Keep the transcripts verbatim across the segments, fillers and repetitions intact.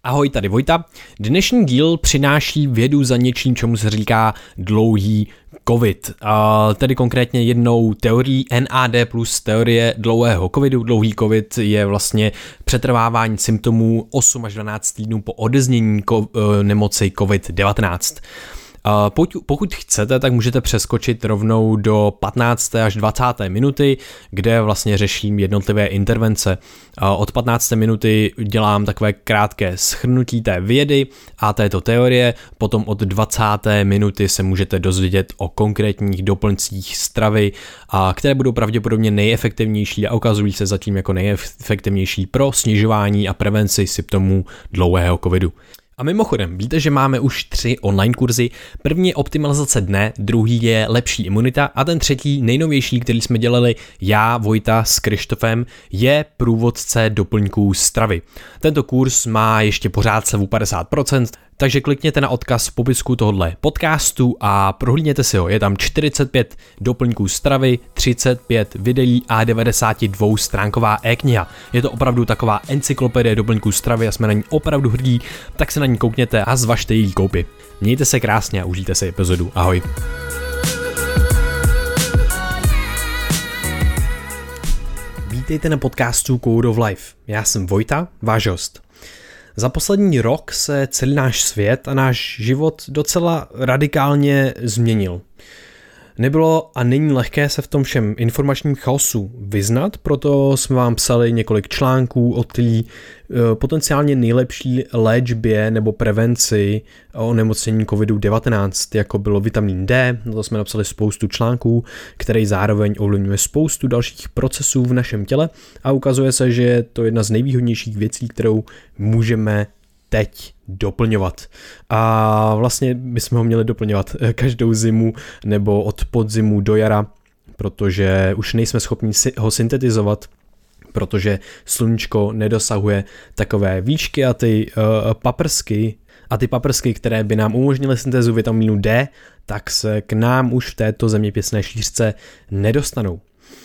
Ahoj, tady Vojta. Dnešní díl přináší vědu za něčím, čemu se říká dlouhý covid. A tedy konkrétně jednou teorií N A D plus teorie dlouhého covidu. Dlouhý covid je vlastně přetrvávání symptomů osm až dvanáct týdnů po odeznění ko- nemoci covid devatenáct. Pokud chcete, tak můžete přeskočit rovnou do patnácté až dvacáté minuty, kde vlastně řeším jednotlivé intervence. Od patnácté minuty dělám takové krátké shrnutí té vědy a této teorie, potom od dvacáté minuty se můžete dozvědět o konkrétních doplňcích stravy, které budou pravděpodobně nejefektivnější a ukazují se zatím jako nejefektivnější pro snižování a prevenci symptomů dlouhého covidu. A mimochodem, víte, že máme už tři online kurzy. První je optimalizace dne, druhý je lepší imunita a ten třetí, nejnovější, který jsme dělali já, Vojta s Krištofem, je průvodce doplňků stravy. Tento kurz má ještě pořád slevu padesát procent, takže klikněte na odkaz v popisku tohohle podcastu a prohlídněte si ho. Je tam čtyřicet pět doplňků stravy, třicet pět videí a devadesát dva stránková e-kniha. Je to opravdu taková encyklopedie doplňků stravy a jsme na ní opravdu hrdí, tak se na ní koukněte a zvažte její koupi. Mějte se krásně a užijte si epizodu. Ahoj. Vítejte na podcastu Code of Life. Já jsem Vojta, váš host. Za poslední rok se celý náš svět a náš život docela radikálně změnil. Nebylo a není lehké se v tom všem informačním chaosu vyznat, proto jsme vám psali několik článků o té potenciálně nejlepší léčbě nebo prevenci onemocnění covid devatenáct, jako bylo vitamin D. Na to jsme napsali spoustu článků, který zároveň ovlivňuje spoustu dalších procesů v našem těle a ukazuje se, že je to jedna z nejvýhodnějších věcí, kterou můžeme teď doplňovat. A vlastně bychom ho měli doplňovat každou zimu nebo od podzimu do jara, protože už nejsme schopni ho syntetizovat, protože sluníčko nedosahuje takové výšky a ty uh, paprsky a ty paprsky, které by nám umožnily syntézu vitamínu D, tak se k nám už v této zeměpisné šířce nedostanou.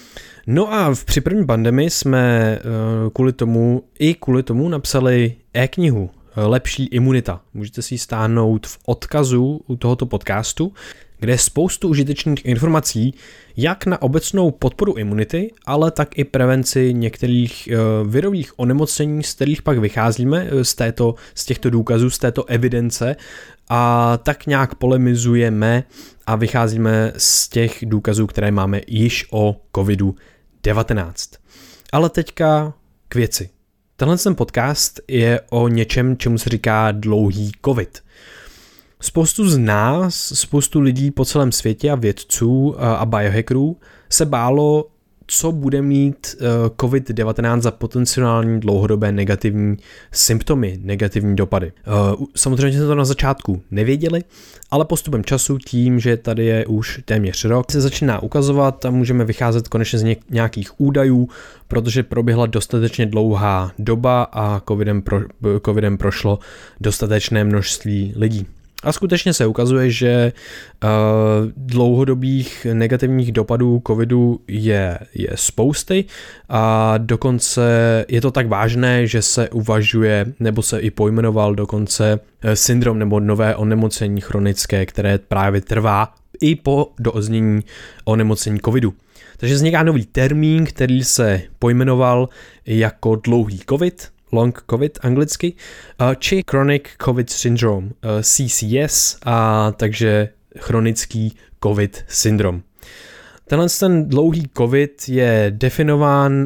No a v při první pandemii jsme uh, kvůli tomu i kvůli tomu napsali e-knihu Lepší imunita. Můžete si ji stáhnout v odkazu u tohoto podcastu, kde je spoustu užitečných informací, jak na obecnou podporu imunity, ale tak i prevenci některých uh, virových onemocnění, z kterých pak vycházíme z, této, z těchto důkazů, z této evidence a tak nějak polemizujeme a vycházíme z těch důkazů, které máme již o covid devatenáct. Ale teďka k věci. Tenhle ten podcast je o něčem, čemu se říká dlouhý covid. Spoustu z nás, spoustu lidí po celém světě a vědců a biohackerů se bálo, co bude mít covid devatenáct za potenciální dlouhodobé negativní symptomy, negativní dopady. Samozřejmě jsme to na začátku nevěděli, ale postupem času tím, že tady je už téměř rok, se začíná ukazovat a můžeme vycházet konečně z nějakých údajů, protože proběhla dostatečně dlouhá doba a covidem, pro, covidem prošlo dostatečné množství lidí. A skutečně se ukazuje, že uh, dlouhodobých negativních dopadů covidu je, je spousty a dokonce je to tak vážné, že se uvažuje nebo se i pojmenoval dokonce syndrom nebo nové onemocnění chronické, které právě trvá i po dooznění onemocnění covidu. Takže vzniká nový termín, který se pojmenoval jako dlouhý covid, long covid anglicky, či chronic covid syndrome, C C S, a takže chronický covid syndrom. Tenhle ten dlouhý covid je definován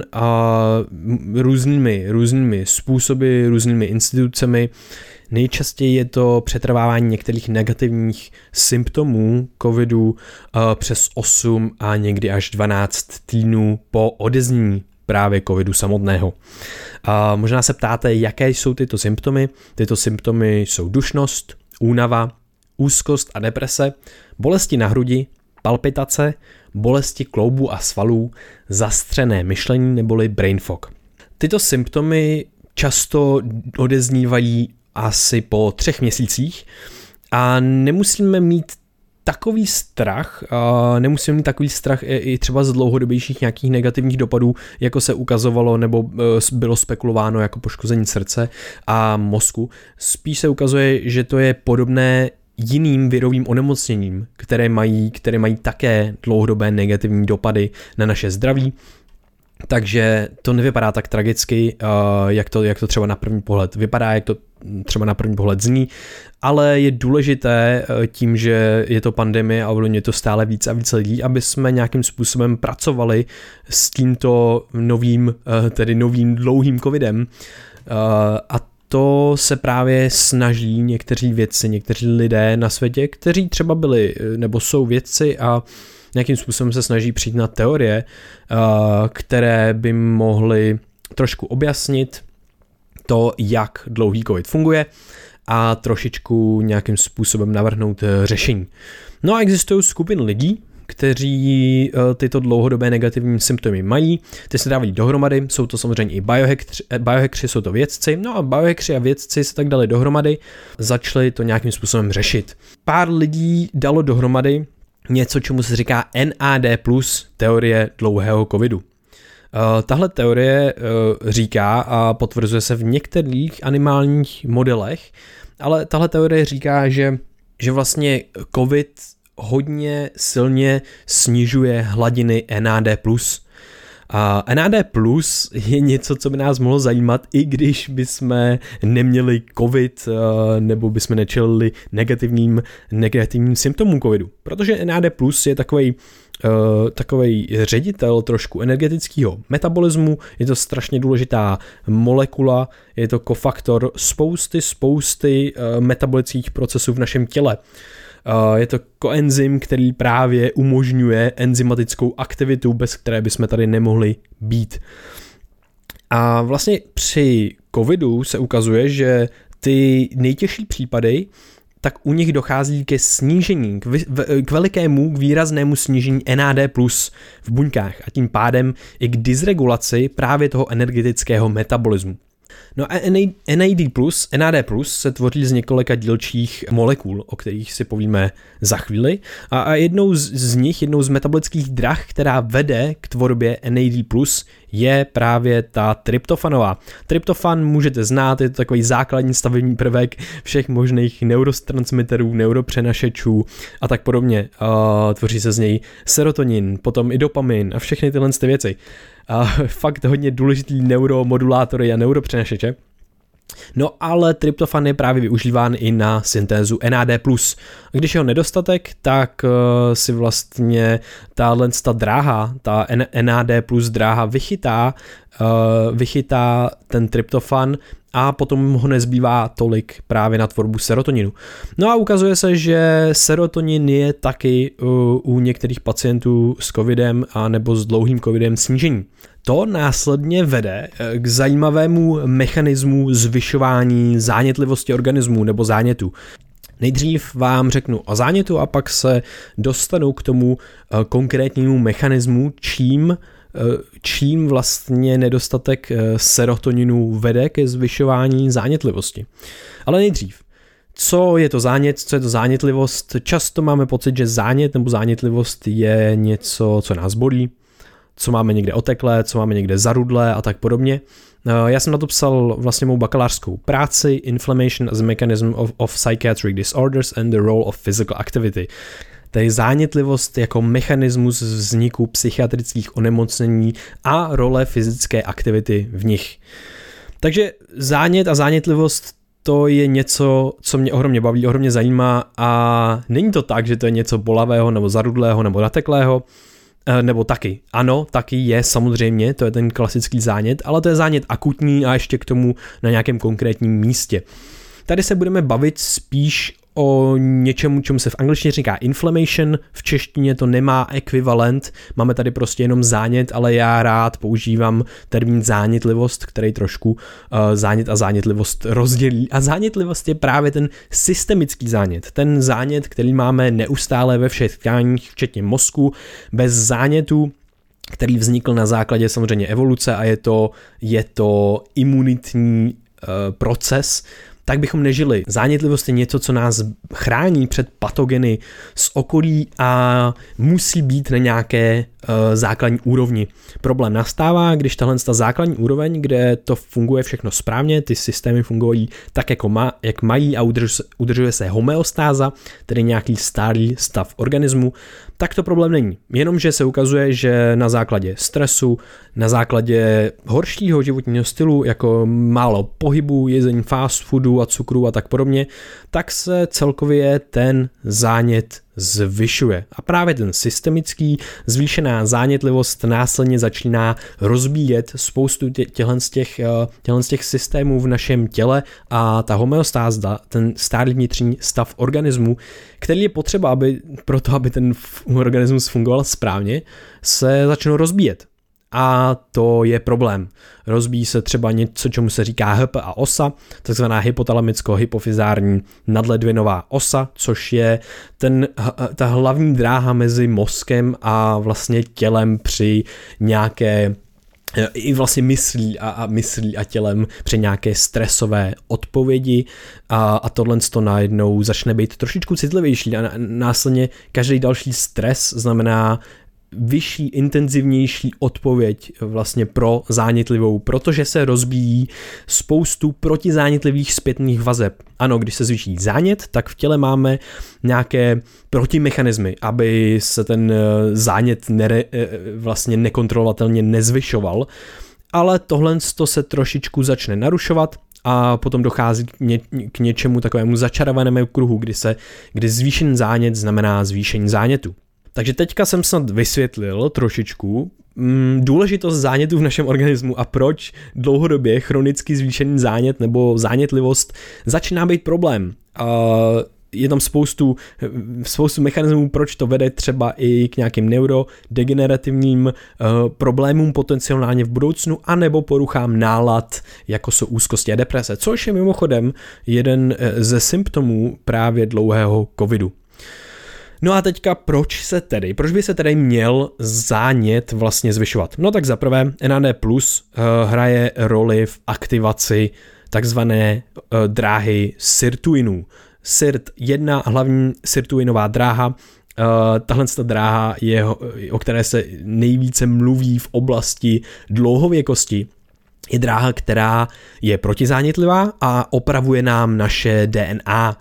uh, různými, různými způsoby, různými institucemi. Nejčastěji je to přetrvávání některých negativních symptomů covidu uh, přes osm a někdy až dvanáct týdnů po odeznění právě covidu samotného. A možná se ptáte, jaké jsou tyto symptomy. Tyto symptomy jsou dušnost, únava, úzkost a deprese, bolesti na hrudi, palpitace, bolesti kloubů a svalů, zastřené myšlení neboli brain fog. Tyto symptomy často odeznívají asi po třech měsících a nemusíme mít takový strach, uh, nemusíme mít takový strach i, i třeba z dlouhodobějších nějakých negativních dopadů, jako se ukazovalo nebo uh, bylo spekulováno jako poškození srdce a mozku. Spíš se ukazuje, že to je podobné jiným virovým onemocněním, které mají, které mají také dlouhodobé negativní dopady na naše zdraví. Takže to nevypadá tak tragicky, jak to, jak to třeba na první pohled vypadá, jak to třeba na první pohled zní, ale je důležité tím, že je to pandemie a ovlivňuje to stále víc a víc lidí, aby jsme nějakým způsobem pracovali s tímto novým, tedy novým dlouhým covidem. A to se právě snaží někteří vědci, někteří lidé na světě, kteří třeba byli nebo jsou vědci a nějakým způsobem se snaží přijít na teorie, které by mohly trošku objasnit to, jak dlouhý covid funguje a trošičku nějakým způsobem navrhnout řešení. No a existují skupiny lidí, kteří tyto dlouhodobé negativní symptomy mají, ty se dávají dohromady, jsou to samozřejmě i biohackři, biohackři jsou to vědci, no a biohackři a vědci se tak dali dohromady, začali to nějakým způsobem řešit. Pár lidí dalo dohromady něco, čemu se říká N A D plus, teorie dlouhého covidu. Uh, tahle teorie uh, říká a potvrzuje se v některých animálních modelech, ale tahle teorie říká, že, že vlastně covid hodně silně snižuje hladiny N A D plus. A N A D plus je něco, co by nás mohlo zajímat, i když bychom neměli covid nebo bychom nečelili negativním, negativním symptomům covidu. Protože N A D plus je takovej, uh, takovej ředitel trošku energetického metabolismu, je to strašně důležitá molekula, je to kofaktor spousty, spousty uh, metabolických procesů v našem těle. Je to koenzym, který právě umožňuje enzymatickou aktivitu, bez které bychom tady nemohli být. A vlastně při covidu se ukazuje, že ty nejtěžší případy, tak u nich dochází ke snížení, k, vy, k velikému, k výraznému snížení N A D plus v buňkách a tím pádem i k dysregulaci právě toho energetického metabolismu. No a N A D plus, N A D plus se tvoří z několika dílčích molekul, o kterých si povíme za chvíli. A jednou z, z nich, jednou z metabolických drah, která vede k tvorbě N A D plus, je právě ta tryptofanová. Tryptofan můžete znát, je to takový základní stavební prvek všech možných neurotransmiterů, neuropřenašečů a tak podobně. Uh, tvoří se z něj serotonin, potom i dopamin a všechny tyhle ty věci. Uh, fakt hodně důležitý neuromodulátory a neuropřenašeče. No ale tryptofan je právě využíván i na syntézu N A D plus. Když je ho nedostatek, tak uh, si vlastně tahle ta dráha, ta N A D plus dráha vychytá, uh, vychytá ten tryptofan a potom ho nezbývá tolik právě na tvorbu serotoninu. No a ukazuje se, že serotonin je taky uh, u některých pacientů s covidem a nebo s dlouhým covidem snížení. To následně vede k zajímavému mechanismu zvyšování zánětlivosti organismu nebo zánětu. Nejdřív vám řeknu o zánětu a pak se dostanu k tomu konkrétnímu mechanismu, čím, čím vlastně nedostatek serotoninu vede ke zvyšování zánětlivosti. Ale nejdřív. Co je to zánět, co je to zánětlivost? Často máme pocit, že zánět nebo zánětlivost je něco, co nás bolí, co máme někde oteklé, co máme někde zarudlé a tak podobně. Já jsem na to psal vlastně mou bakalářskou práci Inflammation as a Mechanism of, of Psychiatric Disorders and the Role of Physical Activity. Tedy zánětlivost jako mechanismus vzniku psychiatrických onemocnění a role fyzické aktivity v nich. Takže zánět a zánětlivost to je něco, co mě ohromně baví, ohromně zajímá a není to tak, že to je něco bolavého nebo zarudlého nebo nateklého, nebo taky. Ano, taky je samozřejmě, to je ten klasický zánět, ale to je zánět akutní a ještě k tomu na nějakém konkrétním místě. Tady se budeme bavit spíš o něčemu, čemu se v angličtině říká inflammation, v češtině to nemá ekvivalent, máme tady prostě jenom zánět, ale já rád používám termín zánětlivost, který trošku uh, zánět a zánětlivost rozdělí. A zánětlivost je právě ten systemický zánět, ten zánět, který máme neustále ve všech tkáních, včetně mozku, bez zánětu, který vznikl na základě samozřejmě evoluce a je to, je to imunitní uh, proces, tak bychom nežili. Zánětlivost je něco, co nás chrání před patogeny z okolí a musí být na nějaké uh, základní úrovni. Problém nastává, když tahle ta základní úroveň, kde to funguje všechno správně, ty systémy fungují tak, jako ma, jak mají a udržuje se, udržuje se homeostáza, tedy nějaký stálý stav organismu, tak to problém není. Jenomže se ukazuje, že na základě stresu, na základě horšího životního stylu, jako málo pohybu, jezení fast foodu a cukru a tak podobně, tak se celkově ten zánět zvyšuje. A právě ten systemický zvýšená zánětlivost následně začíná rozbíjet spoustu těchto z těch, těchto z těch systémů v našem těle a ta homeostáza, ten stálý vnitřní stav organismu, který je potřeba, aby, proto, aby ten organismus fungoval správně, se začnou rozbíjet. A to je problém. Rozbíjí se třeba něco, čemu se říká H P A osa, takzvaná hypotalamicko-hypofizární nadledvinová osa, což je ten, ta hlavní dráha mezi mozkem a vlastně tělem při nějaké i vlastně myslí a, a myslí a tělem při nějaké stresové odpovědi a, a tohle to najednou začne být trošičku citlivější a následně každý další stres znamená vyšší, intenzivnější odpověď vlastně pro zánětlivou, protože se rozbíjí spoustu protizánětlivých zpětných vazeb. Ano, když se zvýší zánět, tak v těle máme nějaké protimechanismy, aby se ten zánět nere, vlastně nekontrolovatelně nezvyšoval, ale tohle se trošičku začne narušovat a potom dochází k, ně, k něčemu takovému začarovanému kruhu, kdy, se, kdy zvýšený zánět znamená zvýšení zánětu. Takže teďka jsem snad vysvětlil trošičku mm, důležitost zánětu v našem organismu a proč dlouhodobě chronicky zvýšený zánět nebo zánětlivost začíná být problém. A je tam spoustu, spoustu mechanismů, proč to vede třeba i k nějakým neurodegenerativním uh, problémům potenciálně v budoucnu, anebo poruchám nálad, jako jsou úzkosti a deprese, což je mimochodem jeden ze symptomů právě dlouhého covidu. No a teďka proč se tedy, proč by se tedy měl zánět vlastně zvyšovat? No tak zaprvé N A D plus uh, hraje roli v aktivaci takzvané uh, dráhy sirtuinů. Sirt jedna, hlavní sirtuinová dráha, uh, tahle dráha je, o které se nejvíce mluví v oblasti dlouhověkosti, je dráha, která je protizánětlivá a opravuje nám naše D N A.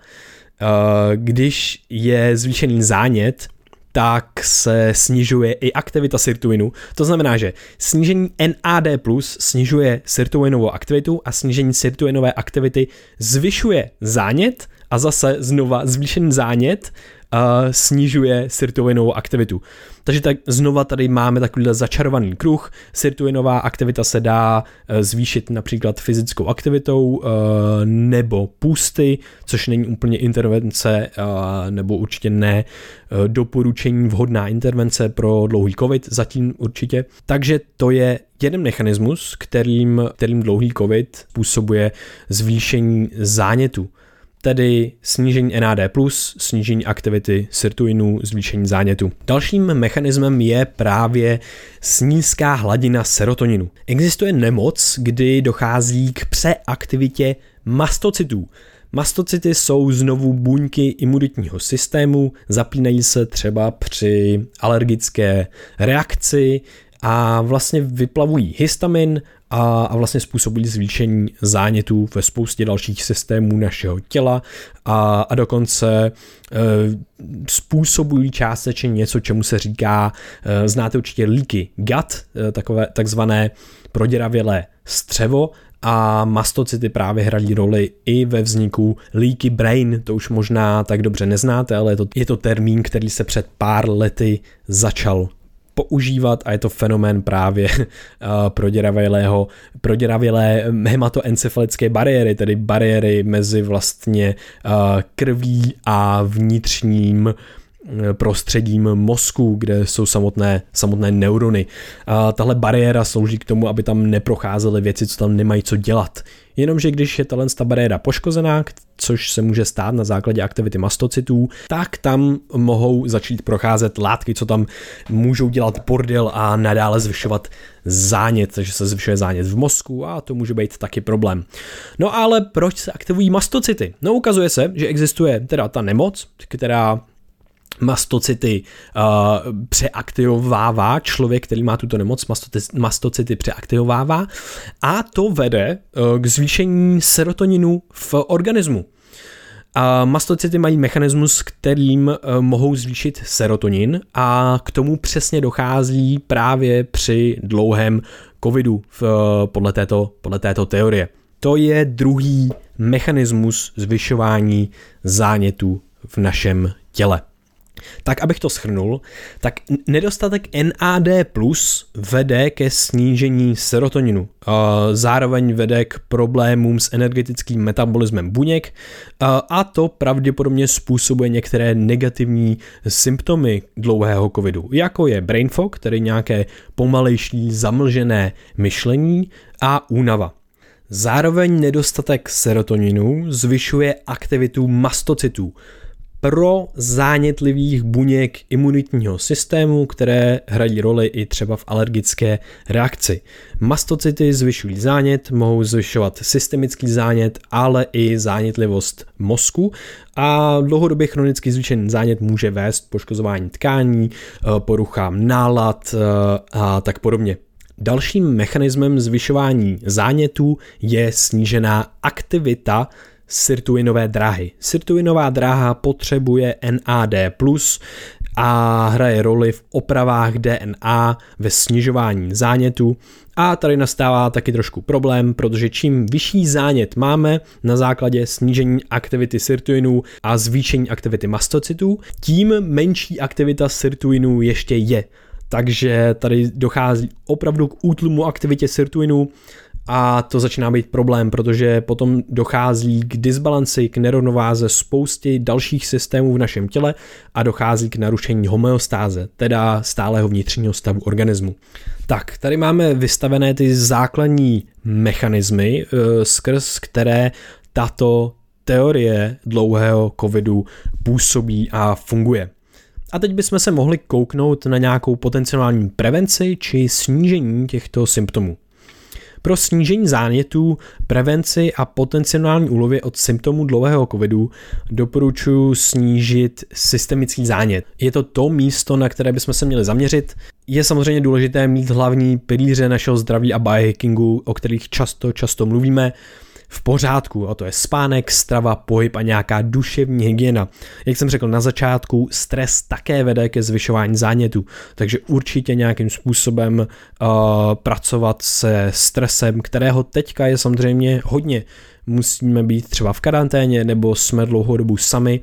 Když je zvýšený zánět, tak se snižuje i aktivita sirtuinu. To znamená, že snížení N A D plus snižuje sirtuinovou aktivitu a snížení sirtuinové aktivity zvyšuje zánět a zase znova zvýšený zánět uh, snižuje sirtuinovou aktivitu. Takže tak znova tady máme takovýhle začarovaný kruh. Sirtuinová aktivita se dá uh, zvýšit například fyzickou aktivitou uh, nebo půsty, což není úplně intervence uh, nebo určitě ne uh, doporučení vhodná intervence pro dlouhý covid, zatím určitě. Takže to je jeden mechanismus, kterým, kterým dlouhý covid působuje zvýšení zánětu. Tedy snížení N A D plus, snížení aktivity sirtuinů, zvýšení zánětu. Dalším mechanismem je právě nízká hladina serotoninu. Existuje nemoc, kdy dochází k přeaktivitě mastocytů. Mastocyty jsou znovu buňky imunitního systému, zapínají se třeba při alergické reakci a vlastně vyplavují histamin a, a vlastně způsobují zvýšení zánětů ve spoustě dalších systémů našeho těla a, a dokonce e, způsobují částečně něco, čemu se říká, e, znáte určitě leaky gut, e, takové takzvané proděravělé střevo, a mastocyty právě hrají roli i ve vzniku leaky brain, to už možná tak dobře neznáte, ale je to, je to termín, který se před pár lety začal používat a je to fenomén právě uh, proděravělého, proděravělé hematoencefalické bariéry, tedy bariéry mezi vlastně uh, krví a vnitřním prostředím mozku, kde jsou samotné, samotné neurony. A tahle bariéra slouží k tomu, aby tam neprocházely věci, co tam nemají co dělat. Jenomže když je tahle bariéra poškozená, což se může stát na základě aktivity mastocytů, tak tam mohou začít procházet látky, co tam můžou dělat bordel a nadále zvyšovat zánět, takže se zvyšuje zánět v mozku a to může být taky problém. No ale proč se aktivují mastocyty? No ukazuje se, že existuje teda ta nemoc, která mastocyty uh, přeaktivovává, člověk, který má tuto nemoc, mastocyty, mastocyty přeaktivovává a to vede uh, k zvýšení serotoninu v organismu. A mastocyty mají mechanismus, kterým uh, mohou zvýšit serotonin a k tomu přesně dochází právě při dlouhém covidu v, uh, podle, této, podle této teorie. To je druhý mechanismus zvyšování zánětu v našem těle. Tak abych to shrnul, tak nedostatek N A D plus vede ke snížení serotoninu. Zároveň vede k problémům s energetickým metabolismem buněk a to pravděpodobně způsobuje některé negativní symptomy dlouhého covidu, jako je brain fog, tedy nějaké pomalejší zamlžené myšlení a únava. Zároveň nedostatek serotoninu zvyšuje aktivitu mastocytů pro zánětlivých buněk imunitního systému, které hrají roli i třeba v alergické reakci. Mastocyty zvyšují zánět, mohou zvyšovat systemický zánět, ale i zánětlivost mozku a dlouhodobě chronicky zvýšený zánět může vést k poškozování tkání, poruchám nálad a tak podobně. Dalším mechanismem zvyšování zánětů je snížená aktivita sirtuinové dráhy. Sirtuinová dráha potřebuje N A D plus a hraje roli v opravách D N A ve snižování zánětu. A tady nastává taky trošku problém, protože čím vyšší zánět máme na základě snížení aktivity sirtuinů a zvýšení aktivity mastocytů, tím menší aktivita sirtuinů ještě je. Takže tady dochází opravdu k útlumu aktivitě sirtuinů a to začíná být problém, protože potom dochází k disbalanci, k nerovnováze spousty dalších systémů v našem těle a dochází k narušení homeostáze, teda stálého vnitřního stavu organismu. Tak, tady máme vystavené ty základní mechanismy, skrz které tato teorie dlouhého covidu působí a funguje. A teď bychom se mohli kouknout na nějakou potenciální prevenci či snížení těchto symptomů. Pro snížení zánětů, prevenci a potenciální úlevy od symptomů dlouhého covidu doporučuji snížit systemický zánět. Je to to místo, na které bychom se měli zaměřit. Je samozřejmě důležité mít hlavní pilíře našeho zdraví a biohackingu, o kterých často, často mluvíme, v pořádku, a to je spánek, strava, pohyb a nějaká duševní hygiena. Jak jsem řekl na začátku, stres také vede ke zvyšování zánětu, takže určitě nějakým způsobem uh, pracovat se stresem, kterého teďka je samozřejmě hodně. Musíme být třeba v karanténě nebo jsme dlouhou dobu sami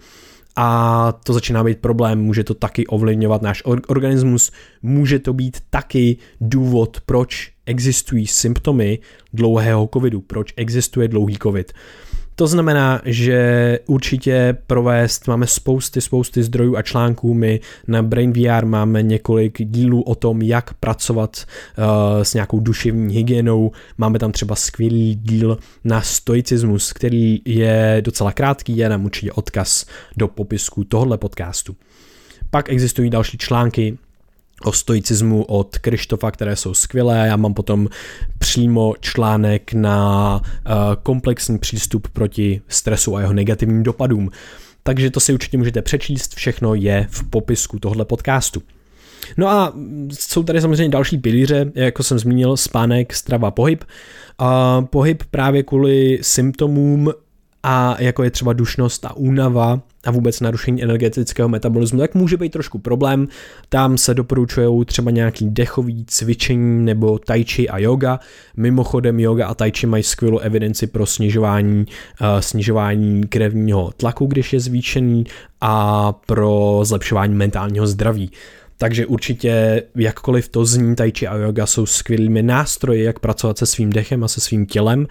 a to začíná být problém, může to taky ovlivňovat náš organismus, může to být taky důvod, proč existují symptomy dlouhého covidu, proč existuje dlouhý covid. To znamená, že určitě provést, máme spousty, spousty zdrojů a článků, my na Brain V R máme několik dílů o tom, jak pracovat uh, s nějakou duševní hygienou, máme tam třeba skvělý díl na stoicismus, který je docela krátký, je nám určitě odkaz do popisku tohoto podcastu. Pak existují další články o stoicismu od Krištofa, které jsou skvělé. Já mám potom přímo článek na uh, komplexní přístup proti stresu a jeho negativním dopadům. Takže to si určitě můžete přečíst, všechno je v popisku tohle podcastu. No a jsou tady samozřejmě další pilíře, jako jsem zmínil, spánek, strava, pohyb. Uh, pohyb právě kvůli symptomům a jako je třeba dušnost a únava a vůbec narušení energetického metabolismu, tak může být trošku problém. Tam se doporučují třeba nějaký dechový cvičení nebo tai chi a yoga. Mimochodem yoga a tai chi mají skvělou evidenci pro snižování, uh, snižování krevního tlaku, když je zvýšený, a pro zlepšování mentálního zdraví. Takže určitě, jakkoliv to zní, tai chi a yoga jsou skvělými nástroji, jak pracovat se svým dechem a se svým tělem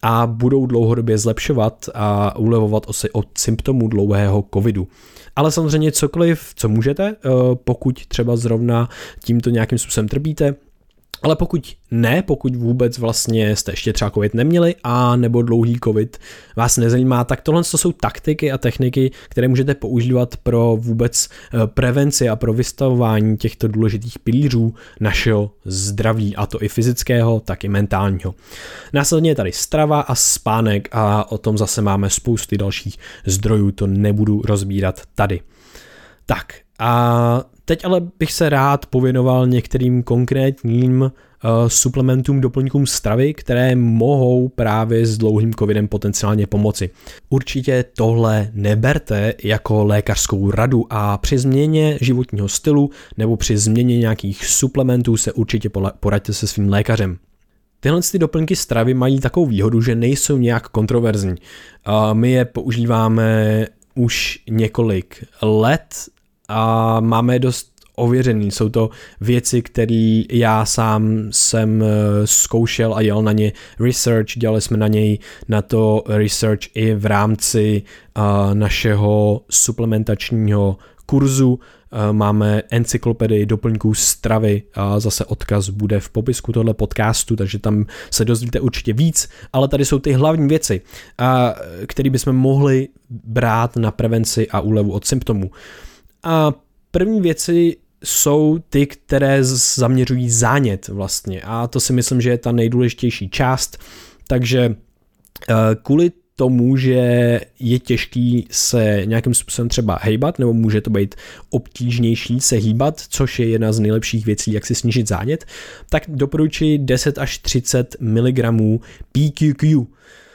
a budou dlouhodobě zlepšovat a ulevovat od symptomů dlouhého covidu. Ale samozřejmě cokoliv, co můžete, pokud třeba zrovna tímto nějakým způsobem trpíte, ale pokud ne, pokud vůbec vlastně jste ještě třeba covid neměli a nebo dlouhý covid vás nezajímá, tak tohle jsou taktiky a techniky, které můžete používat pro vůbec prevenci a pro vystavování těchto důležitých pilířů našeho zdraví, a to i fyzického, tak i mentálního. Následně je tady strava a spánek a o tom zase máme spousty dalších zdrojů, to nebudu rozbírat tady. Tak a teď ale bych se rád pověnoval některým konkrétním uh, suplementům, doplňkům stravy, které mohou právě s dlouhým covidem potenciálně pomoci. Určitě tohle neberte jako lékařskou radu a při změně životního stylu nebo při změně nějakých suplementů se určitě poraďte se svým lékařem. Tyhle ty doplňky stravy mají takovou výhodu, že nejsou nějak kontroverzní. Uh, my je používáme už několik let a máme dost ověřený. Jsou to věci, které já sám jsem zkoušel a dělal na ně research, dělali jsme na něj na to research i v rámci uh, našeho suplementačního kurzu. Uh, máme encyklopedii doplňků stravy a zase odkaz bude v popisku tohle podcastu, takže tam se dozvíte určitě víc, ale tady jsou ty hlavní věci, uh, které bychom mohli brát na prevenci a úlevu od symptomů. A první věci jsou ty, které zaměřují zánět vlastně a to si myslím, že je ta nejdůležitější část, takže kvůli tomu, že je těžký se nějakým způsobem třeba hejbat, nebo může to být obtížnější se hýbat, což je jedna z nejlepších věcí, jak si snížit zánět, tak doporučuji deset až třicet miligramů P Q Q.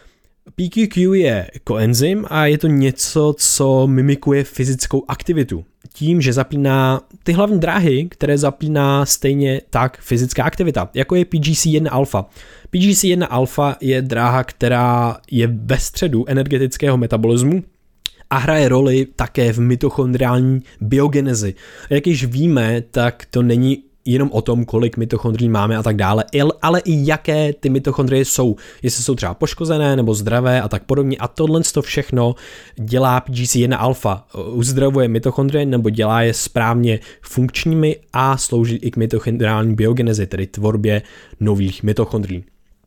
P Q Q je koenzym a je to něco, co mimikuje fyzickou aktivitu. Tím, že zapíná ty hlavní dráhy, které zapíná stejně tak fyzická aktivita, jako je P G C jedna alfa. P G C jedna alfa je dráha, která je ve středu energetického metabolismu a hraje roli také v mitochondriální biogenezi. Jak již víme, tak to není jenom o tom, kolik mitochondrií máme a tak dále, ale i jaké ty mitochondrie jsou, jestli jsou třeba poškozené nebo zdravé a tak podobně, a tohle to všechno dělá P G C jedna alfa, uzdravuje mitochondrie nebo dělá je správně funkčními a slouží i k mitochondriální biogenezi, tedy tvorbě nových mitochondrií.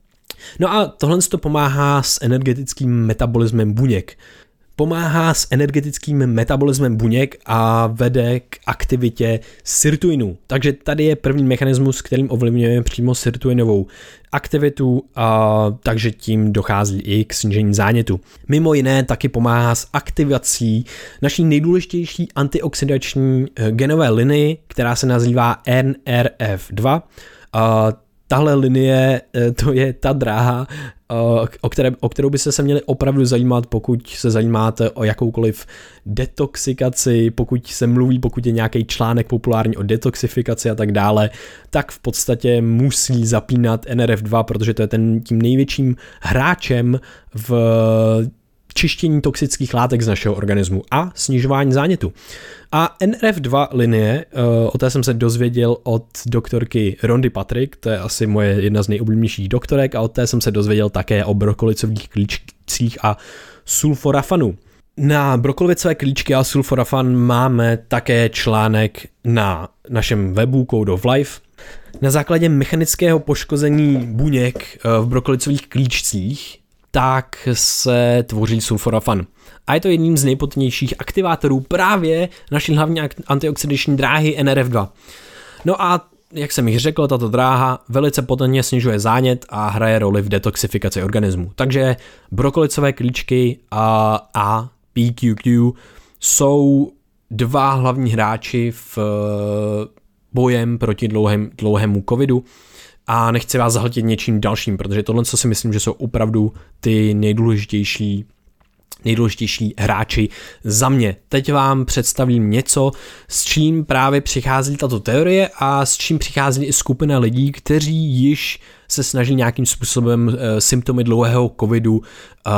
No a tohle to pomáhá s energetickým metabolismem buněk. Pomáhá s energetickým metabolismem buněk a vede k aktivitě sirtuinu. Takže tady je první mechanismus, kterým ovlivňujeme přímo sirtuinovou aktivitu, a takže tím dochází i k snížení zánětu. Mimo jiné taky pomáhá s aktivací naší nejdůležitější antioxidační genové linii, která se nazývá N R F dva. A tahle linie, to je ta dráha, o, které, o kterou byste se měli opravdu zajímat, pokud se zajímáte o jakoukoliv detoxikaci, pokud se mluví, pokud je nějaký článek populární o detoxifikaci a tak dále, tak v podstatě musí zapínat N R F dva, protože to je ten tím největším hráčem v čištění toxických látek z našeho organismu a snižování zánětu. A N R F dva linie, o té jsem se dozvěděl od doktorky Rondy Patrick, to je asi moje jedna z nejoblíbenějších doktorek, a od té jsem se dozvěděl také o brokolicových klíčcích a sulforafanu. Na brokolicové klíčky a sulforafan máme také článek na našem webu Code of Life. Na základě mechanického poškození buněk v brokolicových klíčcích tak se tvoří sulforafan. A je to jedním z nejpotentnějších aktivátorů právě naší hlavní antioxidační dráhy N R F dva. No a jak jsem již řekl, tato dráha velice potentně snižuje zánět a hraje roli v detoxifikaci organismu. Takže brokolicové klíčky a, a P Q Q jsou dva hlavní hráči v bojem proti dlouhém, dlouhému covidu. A nechci vás zahltit něčím dalším, protože tohle, co si myslím, že jsou opravdu ty nejdůležitější nejdůležitější hráči za mě. Teď vám představím něco, s čím právě přichází tato teorie a s čím přichází i skupina lidí, kteří již se snaží nějakým způsobem uh, symptomy dlouhého covidu uh,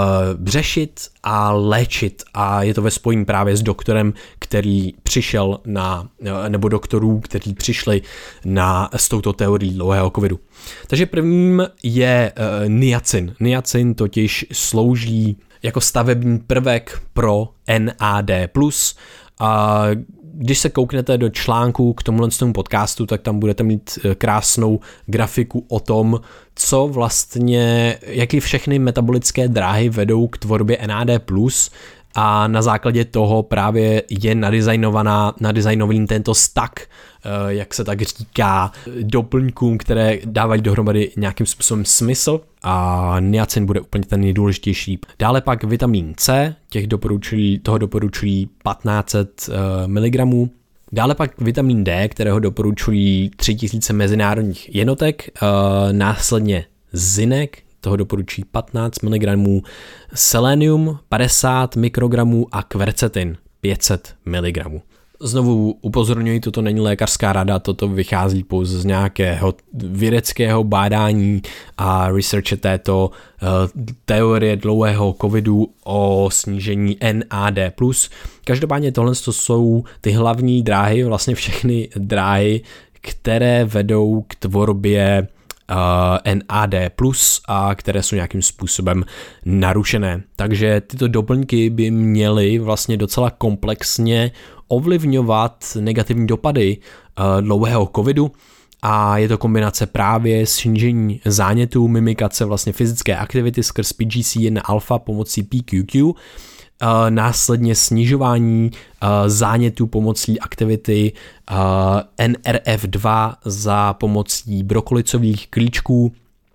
řešit a léčit. A je to ve spojení právě s doktorem, který přišel na, uh, nebo doktorů, kteří přišli na, s touto teorií dlouhého covidu. Takže prvním je uh, niacin. Niacin totiž slouží jako stavební prvek pro N A D plus. A když se kouknete do článku k tomuhle tomu podcastu, tak tam budete mít krásnou grafiku o tom, co vlastně, jaký všechny metabolické dráhy vedou k tvorbě N A D plus, a na základě toho právě je nadizajnovaná, nadizajnovaný tento stack, jak se tak říká, doplňkům, které dávají dohromady nějakým způsobem smysl, a niacin bude úplně ten nejdůležitější. Dále pak vitamin C, těch doporučují, toho doporučují patnáct set miligramů. Dále pak vitamin D, kterého doporučují tři tisíce mezinárodních jednotek, následně zinek, toho doporučují patnáct miligramů, selenium padesát mikrogramů a kvercetin pět set miligramů. Znovu upozorňuji, toto není lékařská rada, toto vychází pouze z nějakého vědeckého bádání a researche této uh, teorie dlouhého covidu o snížení N A D plus. Každopádně tohle jsou ty hlavní dráhy, vlastně všechny dráhy, které vedou k tvorbě Uh, N A D plus a které jsou nějakým způsobem narušené. Takže tyto doplňky by měly vlastně docela komplexně ovlivňovat negativní dopady uh, dlouhého covidu, a je to kombinace právě snížení zánětů, mimikace vlastně fyzické aktivity skrz P G C jedna alfa pomocí P Q Q, Uh, následně snižování uh, zánětů pomocí aktivity uh, N R F dva za pomocí brokolicových klíčků,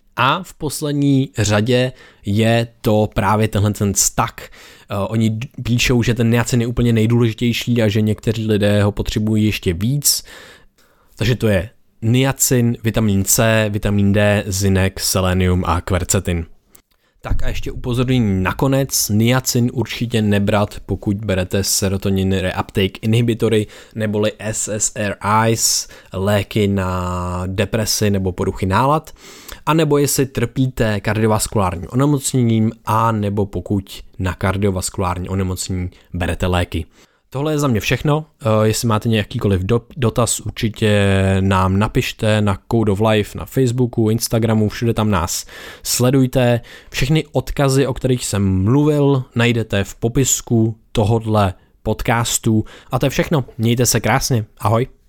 a v poslední řadě je to právě tenhle ten stack. Uh, oni píšou, že ten niacin je úplně nejdůležitější a že někteří lidé ho potřebují ještě víc, takže to je niacin, vitamin C, vitamin D, zinek, selenium a kvercetin. Tak a ještě upozornění nakonec, niacin určitě nebrat, pokud berete serotonin reuptake inhibitory neboli S S R Is, léky na depresi nebo poruchy nálad, anebo jestli trpíte kardiovaskulárním onemocněním, a nebo pokud na kardiovaskulární onemocnění berete léky. Tohle je za mě všechno, jestli máte nějakýkoliv dotaz, určitě nám napište na Code of Life na Facebooku, Instagramu, všude tam nás sledujte. Všechny odkazy, o kterých jsem mluvil, najdete v popisku tohodle podcastu, a to je všechno. Mějte se krásně, ahoj.